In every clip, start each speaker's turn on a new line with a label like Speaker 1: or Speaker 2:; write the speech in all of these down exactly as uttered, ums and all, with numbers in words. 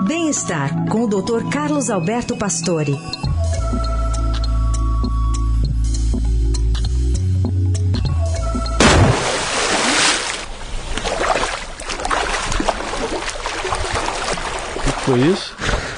Speaker 1: Bem-estar, com o doutor Carlos Alberto Pastore.
Speaker 2: O que foi isso?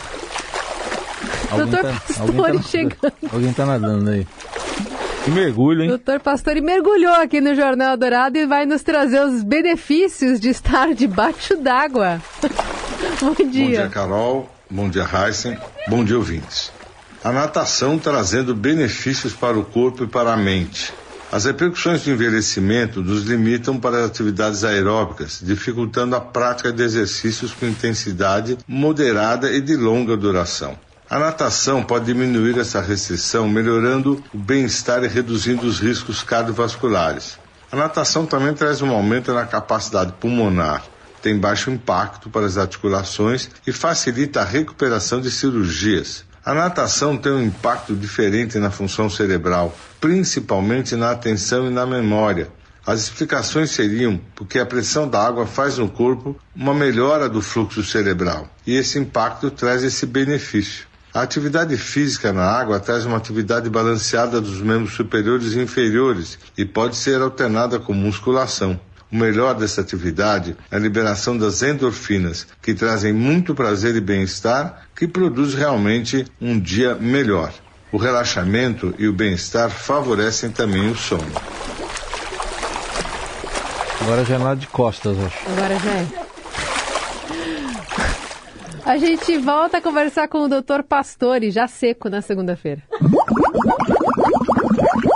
Speaker 3: Doutor
Speaker 2: tá,
Speaker 3: Pastore
Speaker 2: tá,
Speaker 3: chegando.
Speaker 2: Alguém tá nadando aí. Que mergulho, hein?
Speaker 3: Doutor Pastore mergulhou aqui no Jornal Dourado e vai nos trazer os benefícios de estar debaixo d'água. Bom dia.
Speaker 4: Bom dia, Carol. Bom dia, Heisen. Bom dia, ouvintes. A natação trazendo benefícios para o corpo e para a mente. As repercussões do envelhecimento nos limitam para as atividades aeróbicas, dificultando a prática de exercícios com intensidade moderada e de longa duração. A natação pode diminuir essa restrição, melhorando o bem-estar e reduzindo os riscos cardiovasculares. A natação também traz um aumento na capacidade pulmonar, tem baixo impacto para as articulações e facilita a recuperação de cirurgias. A natação tem um impacto diferente na função cerebral, principalmente na atenção e na memória. As explicações seriam porque a pressão da água faz no corpo uma melhora do fluxo cerebral, e esse impacto traz esse benefício. A atividade física na água traz uma atividade balanceada dos membros superiores e inferiores e pode ser alternada com musculação. O melhor dessa atividade é a liberação das endorfinas, que trazem muito prazer e bem-estar, que produz realmente um dia melhor. O relaxamento e o bem-estar favorecem também o sono.
Speaker 2: Agora já é nada de costas, acho.
Speaker 3: Agora já é. A gente volta a conversar com o doutor Pastore, já seco na segunda-feira.